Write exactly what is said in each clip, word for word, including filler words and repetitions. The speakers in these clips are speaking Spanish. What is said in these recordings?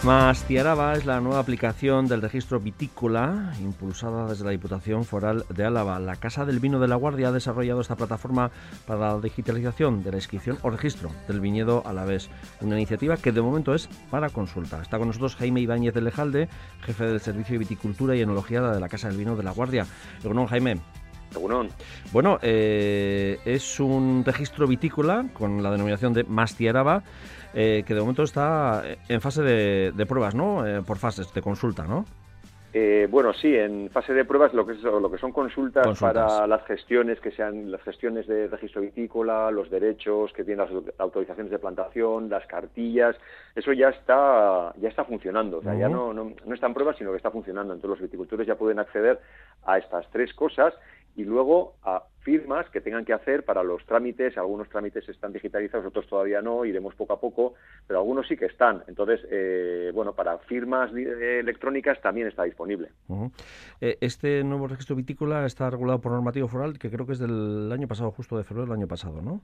Mastiaraba es la nueva aplicación del registro vitícola impulsada desde la Diputación Foral de Álava. La Casa del Vino de la Guardia ha desarrollado esta plataforma para la digitalización de la inscripción o registro del viñedo alavés, una iniciativa que de momento es para consulta. Está con nosotros Jaime Ibáñez de Lejalde, jefe del Servicio de Viticultura y Enología de la Casa del Vino de la Guardia. Egunon, Jaime. Egunon. Bueno, eh, es un registro vitícola con la denominación de Mastiaraba, eh, que de momento está en fase de, de pruebas, ¿no? Eh, por fases de consulta, ¿no? Eh, bueno, sí, en fase de pruebas lo que, es, lo que son consultas, consultas para las gestiones que sean las gestiones de registro vitícola, los derechos que tienen las autorizaciones de plantación, las cartillas, eso ya está ya está funcionando, o sea, uh-huh. ya no, no, no está en pruebas, sino que está funcionando. Entonces los viticultores ya pueden acceder a estas tres cosas y luego a firmas que tengan que hacer para los trámites. Algunos trámites están digitalizados, otros todavía no, iremos poco a poco, pero algunos sí que están. Entonces, eh, bueno, para firmas electrónicas también está disponible. Uh-huh. Eh, este nuevo registro vitícola está regulado por normativa foral, que creo que es del año pasado, justo de febrero del año pasado, ¿no?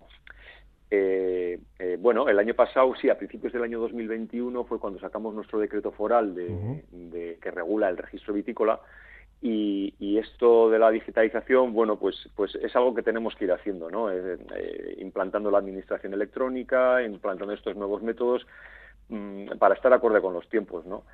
Eh, eh, bueno, el año pasado, sí, a principios del año dos mil veintiuno fue cuando sacamos nuestro decreto foral de, uh-huh. de, que regula el registro vitícola. Y, y esto de la digitalización, bueno, pues, pues es algo que tenemos que ir haciendo, ¿no? Eh, eh, implantando la administración electrónica, implantando estos nuevos métodos mmm, para estar acorde con los tiempos, ¿no?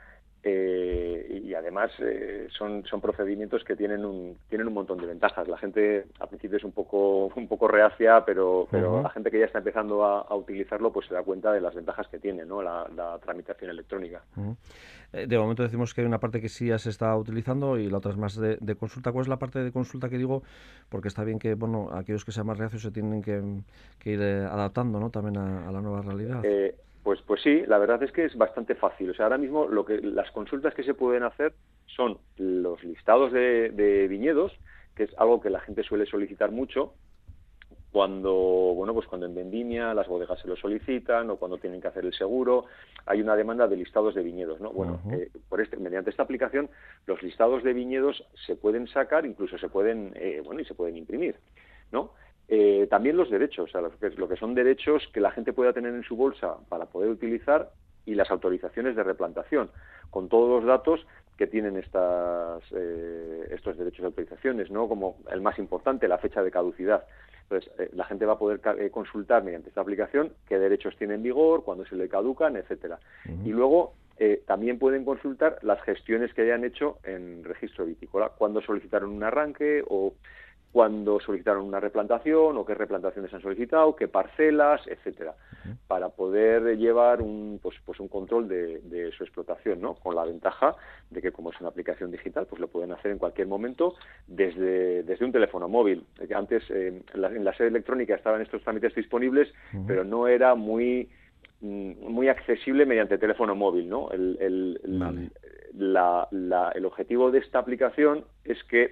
Eh, y además eh, son, son procedimientos que tienen un, tienen un montón de ventajas. La gente al principio es un poco, un poco reacia, pero, pero uh-huh. la gente que ya está empezando a, a utilizarlo pues se da cuenta de las ventajas que tiene, ¿no? la, la tramitación electrónica. Uh-huh. Eh, de momento decimos que hay una parte que sí ya se está utilizando y la otra es más de, de consulta. ¿Cuál es la parte de consulta que digo? Porque está bien que, bueno, aquellos que sean más reacios se tienen que, que ir eh, adaptando, ¿no? También a, a la nueva realidad. Eh, Pues, pues sí, la verdad es que es bastante fácil. O sea, ahora mismo lo que las consultas que se pueden hacer son los listados de, de viñedos, que es algo que la gente suele solicitar mucho cuando, bueno, pues cuando en vendimia las bodegas se lo solicitan o cuando tienen que hacer el seguro, hay una demanda de listados de viñedos, ¿no? Bueno, uh-huh. eh, por este, mediante esta aplicación los listados de viñedos se pueden sacar, incluso se pueden, eh, bueno, y se pueden imprimir, ¿no? Eh, también los derechos, o sea, lo, que, lo que son derechos que la gente pueda tener en su bolsa para poder utilizar y las autorizaciones de replantación, con todos los datos que tienen estas, eh, estos derechos de autorizaciones, ¿no? Como el más importante, la fecha de caducidad. Entonces, eh, la gente va a poder eh, consultar mediante esta aplicación qué derechos tiene en vigor, cuándo se le caducan, etcétera. Uh-huh. Y luego eh, también pueden consultar las gestiones que hayan hecho en registro vitícola, cuándo solicitaron un arranque o cuándo solicitaron una replantación o qué replantaciones han solicitado, qué parcelas, etcétera, uh-huh. para poder llevar un pues pues un control de, de su explotación, ¿no? Con la ventaja de que como es una aplicación digital, pues lo pueden hacer en cualquier momento desde desde un teléfono móvil. Antes eh, en, la, en la sede electrónica estaban estos trámites disponibles, uh-huh. pero no era muy muy accesible mediante teléfono móvil, ¿no? El el, vale. el, la, la, el objetivo de esta aplicación es que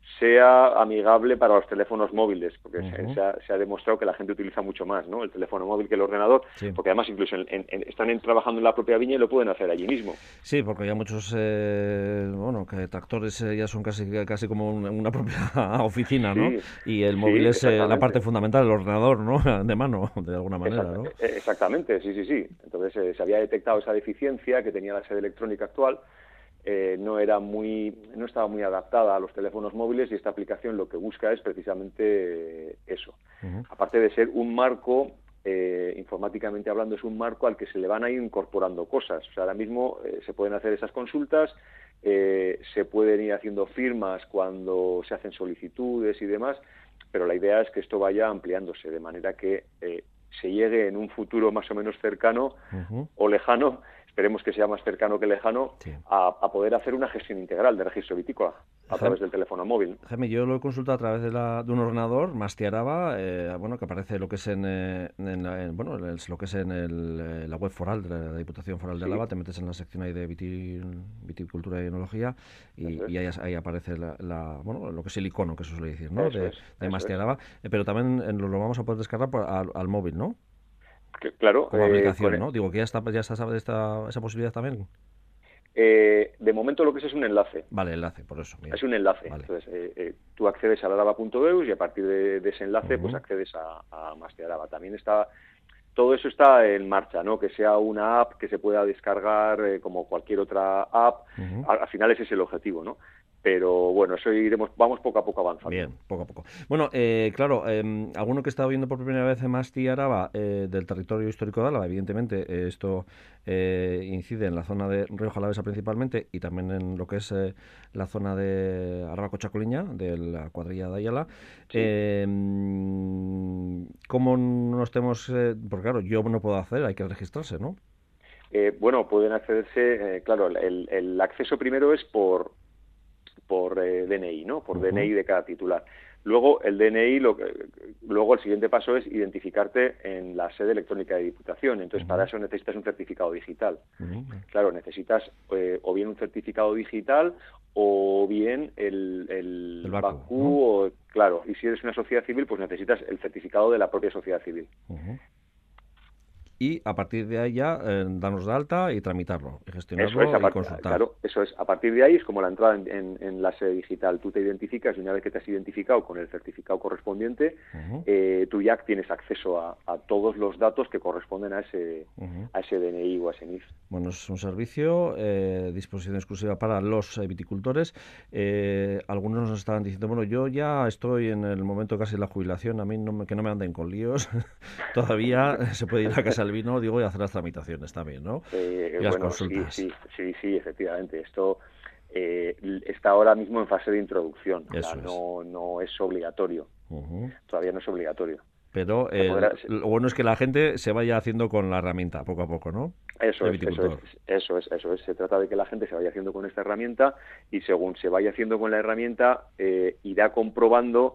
sea amigable para los teléfonos móviles, porque uh-huh. se, ha, se ha demostrado que la gente utiliza mucho más, ¿no? El teléfono móvil que el ordenador, sí. porque además incluso en, en, en, están en, trabajando en la propia viña y lo pueden hacer allí mismo. Sí, porque ya muchos, eh, bueno, que tractores eh, ya son casi casi como una, una propia oficina, ¿no? Sí, y el móvil sí, es eh, la parte fundamental, el ordenador, ¿no? De mano, de alguna manera, Exact- ¿no? Exactamente, sí, sí, sí. Entonces eh, se había detectado esa deficiencia que tenía la sede electrónica actual. Eh, no era muy, no estaba muy adaptada a los teléfonos móviles y esta aplicación lo que busca es precisamente eso. Uh-huh. Aparte de ser un marco, eh, informáticamente hablando, es un marco al que se le van a ir incorporando cosas. O sea, ahora mismo eh, se pueden hacer esas consultas, eh, se pueden ir haciendo firmas cuando se hacen solicitudes y demás, pero la idea es que esto vaya ampliándose de manera que eh, se llegue en un futuro más o menos cercano uh-huh. o lejano, esperemos que sea más cercano que lejano, sí. a, a poder hacer una gestión integral de registro vitícola a Jaime, través del teléfono móvil. Jaime, yo lo he consultado a través de, la, de un ordenador, Mastiaraba, eh, bueno, que aparece lo que es en, en, la, en bueno, el, lo que es en el, la web foral de la Diputación Foral de sí. Álava, te metes en la sección ahí de vitil, viticultura y enología y, y ahí, ahí aparece la, la, bueno, lo que es el icono que se suele decir, ¿no? Eso de, es, de Mastiaraba, es. Pero también lo, lo vamos a poder descargar por, al, al móvil, ¿no? Que, claro, como eh, aplicación, con ¿no? Digo que ya está, ya está esta, esa posibilidad también. Eh, de momento lo que es es un enlace. Vale, enlace, por eso. Bien. Es un enlace. Vale. Entonces, eh, eh, tú accedes a araba punto eus y a partir de, de ese enlace, uh-huh. pues accedes a, a Mastiaraba. También está todo eso está en marcha, ¿no? Que sea una app que se pueda descargar eh, como cualquier otra app. Uh-huh. Al, al final ese es el objetivo, ¿no? Pero bueno, eso iremos, vamos poco a poco avanzando. Bien, poco a poco. Bueno, eh, claro, eh, alguno que está viendo por primera vez en Masti Araba, eh, del territorio histórico de Álava, evidentemente eh, esto eh, incide en la zona de Rioja Alavesa principalmente y también en lo que es eh, la zona de Araba Cochacoliña, de la cuadrilla de Ayala. Sí. Eh, ¿Cómo nos tenemos...? Eh, porque claro, yo no puedo hacer, hay que registrarse, ¿no? Eh, bueno, pueden accederse, eh, claro, el, el acceso primero es por por eh, D N I, ¿no? Por uh-huh. D N I de cada titular. Luego el D N I, lo que, luego el siguiente paso es identificarte en la sede electrónica de Diputación. Entonces, uh-huh. para eso necesitas un certificado digital. Uh-huh. Claro, necesitas eh, o bien un certificado digital o bien el, el, el B A C U, B A C U, ¿no? O, claro, y si eres una sociedad civil, pues necesitas el certificado de la propia sociedad civil. Uh-huh. Y a partir de ahí ya eh, darnos de alta y tramitarlo, y gestionarlo eso es, y part- consultar. Claro, eso es. A partir de ahí es como la entrada en, en, en la sede digital. Tú te identificas y una vez que te has identificado con el certificado correspondiente, uh-huh. eh, tú ya tienes acceso a, a todos los datos que corresponden a ese, uh-huh. a ese D N I o a ese N I F. Bueno, es un servicio, eh, disposición exclusiva para los eh, viticultores. Eh, algunos nos estaban diciendo, bueno, yo ya estoy en el momento casi de la jubilación, a mí no me, que no me anden con líos. Todavía se puede ir a casa del vino, digo, y hacer las tramitaciones también, ¿no? Eh, y las bueno, consultas. Sí, sí, sí, sí, efectivamente. Esto eh, está ahora mismo en fase de introducción. O sea, no, no es obligatorio. Uh-huh. Todavía no es obligatorio. Pero eh, podrá... lo bueno es que la gente se vaya haciendo con la herramienta poco a poco, ¿no? Eso es, eso es, eso es, eso es. Se trata de que la gente se vaya haciendo con esta herramienta y según se vaya haciendo con la herramienta eh, irá comprobando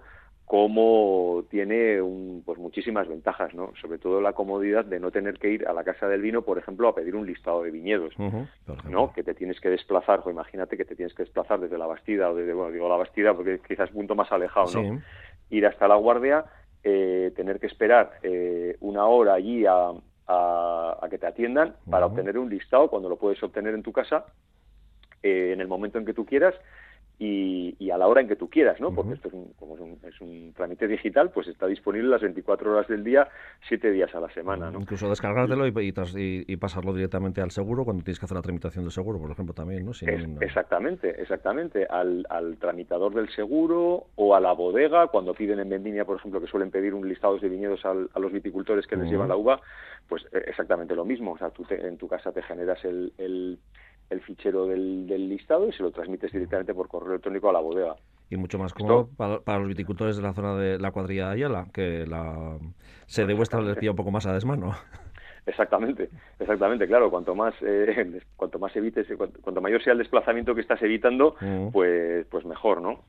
cómo tiene un, pues muchísimas ventajas, ¿no? Sobre todo la comodidad de no tener que ir a la casa del vino, por ejemplo, a pedir un listado de viñedos, uh-huh, ¿no? Que te tienes que desplazar, o imagínate que te tienes que desplazar desde La Bastida, o desde, bueno, digo La Bastida porque quizás es un punto más alejado, ¿no? Sí. Ir hasta La Guardia, eh, tener que esperar eh, una hora allí a, a, a que te atiendan para uh-huh. obtener un listado, cuando lo puedes obtener en tu casa, eh, en el momento en que tú quieras, Y, y a la hora en que tú quieras, ¿no? Porque uh-huh. esto es un, como es un, es un trámite digital, pues está disponible las veinticuatro horas del día, siete días a la semana, ¿no? Incluso descargártelo y, y, tras, y, y pasarlo directamente al seguro cuando tienes que hacer la tramitación del seguro, por ejemplo, también, ¿no? Sin es, ninguna... Exactamente, exactamente. Al, al tramitador del seguro o a la bodega, cuando piden en vendimia, por ejemplo, que suelen pedir un listado de viñedos al, a los viticultores que uh-huh. les llevan la uva, pues exactamente lo mismo. O sea, tú te, en tu casa te generas el... el el fichero del, del listado y se lo transmites directamente por correo electrónico a la bodega. Y mucho más cómodo para, para los viticultores de la zona de la cuadrilla de Ayala, que la sede vuestra les pilla un poco más a desmano. Exactamente, exactamente, claro, cuanto más eh, cuanto más evites, cuanto, cuanto mayor sea el desplazamiento que estás evitando, uh-huh. pues pues mejor, ¿no?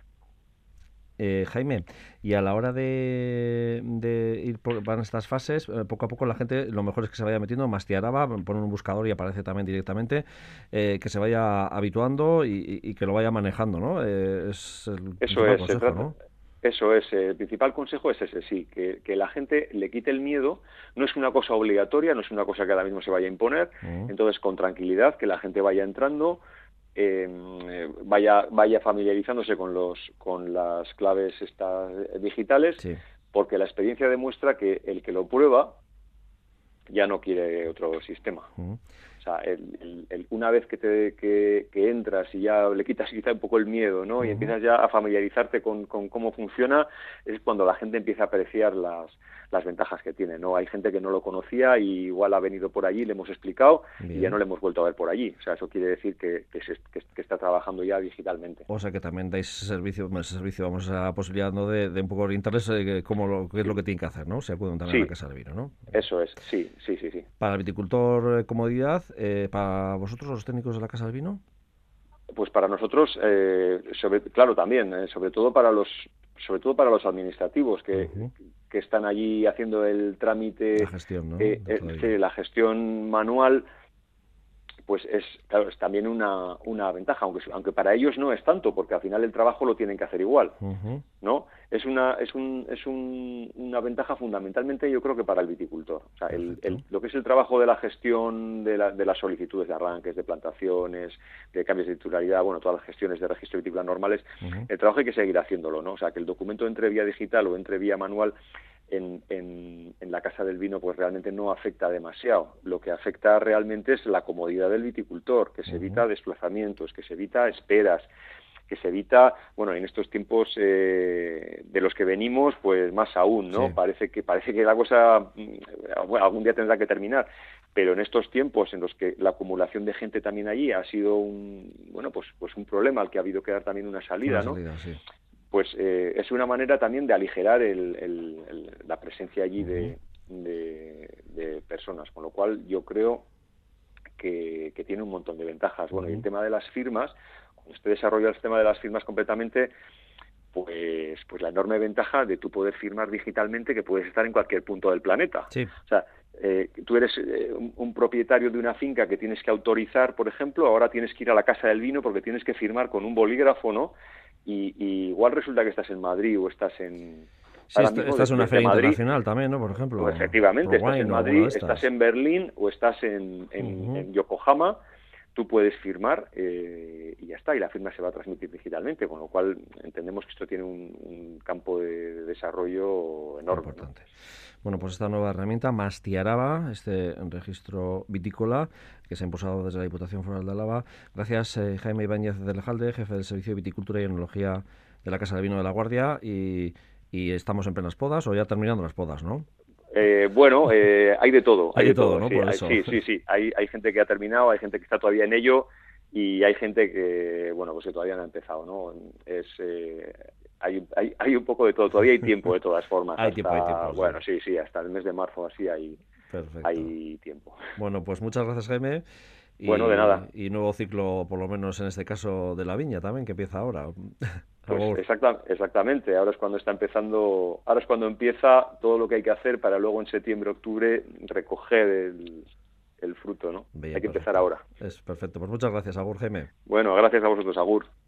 Eh, Jaime, y a la hora de, de ir por van estas fases, eh, poco a poco la gente, lo mejor es que se vaya metiendo, Masti Araba, pone un buscador y aparece también directamente, eh, que se vaya habituando y, y que lo vaya manejando, ¿no? Eh, es el Eso es, consejo, trata, ¿no? Eso es, el principal consejo es ese, sí, que, que la gente le quite el miedo, no es una cosa obligatoria, no es una cosa que ahora mismo se vaya a imponer, uh-huh. entonces con tranquilidad, que la gente vaya entrando, Eh, vaya vaya familiarizándose con los con las claves estas digitales, sí. Porque la experiencia demuestra que el que lo prueba ya no quiere otro sistema. Uh-huh. O sea, el, el, el, una vez que, te, que, que entras y ya le quitas quizá un poco el miedo, ¿no? Uh-huh. Y empiezas ya a familiarizarte con, con cómo funciona, es cuando la gente empieza a apreciar las, las ventajas que tiene, ¿no? Hay gente que no lo conocía y igual ha venido por allí, le hemos explicado Bien. Y ya no le hemos vuelto a ver por allí. O sea, eso quiere decir que, que, se, que, que está trabajando ya digitalmente. O sea, que también dais servicio, servicio vamos a la posibilidad, ¿no? de, de un poco orientarles eh, cómo lo, qué es lo que tienen que hacer, ¿no? Se acuden también sí. a la casa del vino, ¿no? Eso es, sí, sí, sí, sí. Para el viticultor, eh, comodidad, eh, para vosotros, los técnicos de la casa del vino. Pues para nosotros, eh, sobre, claro, también, eh, sobre todo para los, sobre todo para los administrativos que, uh-huh. que están allí haciendo el trámite, la gestión, ¿no? eh, eh, la gestión manual, pues es, claro, es también una, una ventaja, aunque aunque para ellos no es tanto, porque al final el trabajo lo tienen que hacer igual, uh-huh. ¿no? Es una es un es un, una ventaja fundamentalmente, yo creo que para el viticultor. O sea, el, el, lo que es el trabajo de la gestión de, la, de las solicitudes de arranques, de plantaciones, de cambios de titularidad, bueno, todas las gestiones de registro vitícola normales, uh-huh. el trabajo hay que seguir haciéndolo, ¿no? O sea, que el documento entre vía digital o entre vía manual en, en, en la Casa del Vino pues realmente no afecta demasiado. Lo que afecta realmente es la comodidad del viticultor, que se Uh-huh. evita desplazamientos, que se evita esperas, que se evita, bueno, en estos tiempos eh, de los que venimos, pues más aún, ¿no? Sí. Parece que parece que la cosa, bueno, algún día tendrá que terminar, pero en estos tiempos en los que la acumulación de gente también allí ha sido un, bueno, pues pues un problema al que ha habido que dar también una salida, Una ¿no? salida, sí. Pues eh, es una manera también de aligerar el, el, el, la presencia allí de, de, de personas, con lo cual yo creo que, que tiene un montón de ventajas. Bueno, y el tema de las firmas, cuando usted desarrolla el tema de las firmas completamente, pues, pues la enorme ventaja de tú poder firmar digitalmente, que puedes estar en cualquier punto del planeta. Sí. O sea, eh, tú eres eh, un, un propietario de una finca que tienes que autorizar, por ejemplo, ahora tienes que ir a la Casa del Vino porque tienes que firmar con un bolígrafo, ¿no? Y, y igual resulta que estás en Madrid o estás en... Sí, Ahora esta, mismo, esta es una desde feria Madrid, internacional también, ¿no? Por ejemplo. pues efectivamente, estás en ProWine o alguna de Madrid, estas. estás en Berlín o estás en, en, Uh-huh. en Yokohama, tú puedes firmar eh, y ya está, y la firma se va a transmitir digitalmente, con lo cual entendemos que esto tiene un, un campo de, de desarrollo enorme. Importante. ¿No? Bueno, pues esta nueva herramienta, Mastiaraba, este registro vitícola que se ha impulsado desde la Diputación Foral de Álava. Gracias, eh, Jaime Ibáñez de Lejalde, jefe del Servicio de Viticultura y Enología de la Casa del Vino de la Guardia, y, y estamos en plenas podas, o ya terminando las podas, ¿no? Eh, bueno, eh, hay de todo. Hay Hay de de todo, todo, ¿no? sí, Por hay, eso. sí, sí, sí. Hay, hay gente que ha terminado, hay gente que está todavía en ello y hay gente que, bueno, pues que todavía no ha empezado, ¿no? Es... Eh, Hay, hay, hay un poco de todo, todavía hay tiempo de todas formas. Hay hasta, tiempo, hay tiempo. Bueno, Sí. sí, sí, hasta el mes de marzo así hay, Perfecto. hay tiempo. Bueno, pues muchas gracias, Jaime. Y, bueno, de nada. Y nuevo ciclo, por lo menos en este caso, de la viña también, que empieza ahora. Pues exacta, exactamente, ahora es cuando está empezando, ahora es cuando empieza todo lo que hay que hacer para luego en septiembre, octubre recoger el, el fruto, ¿no? Bien, hay que perfecto. empezar ahora. Es perfecto, pues muchas gracias, Agur, Jaime. Bueno, gracias a vosotros, Agur.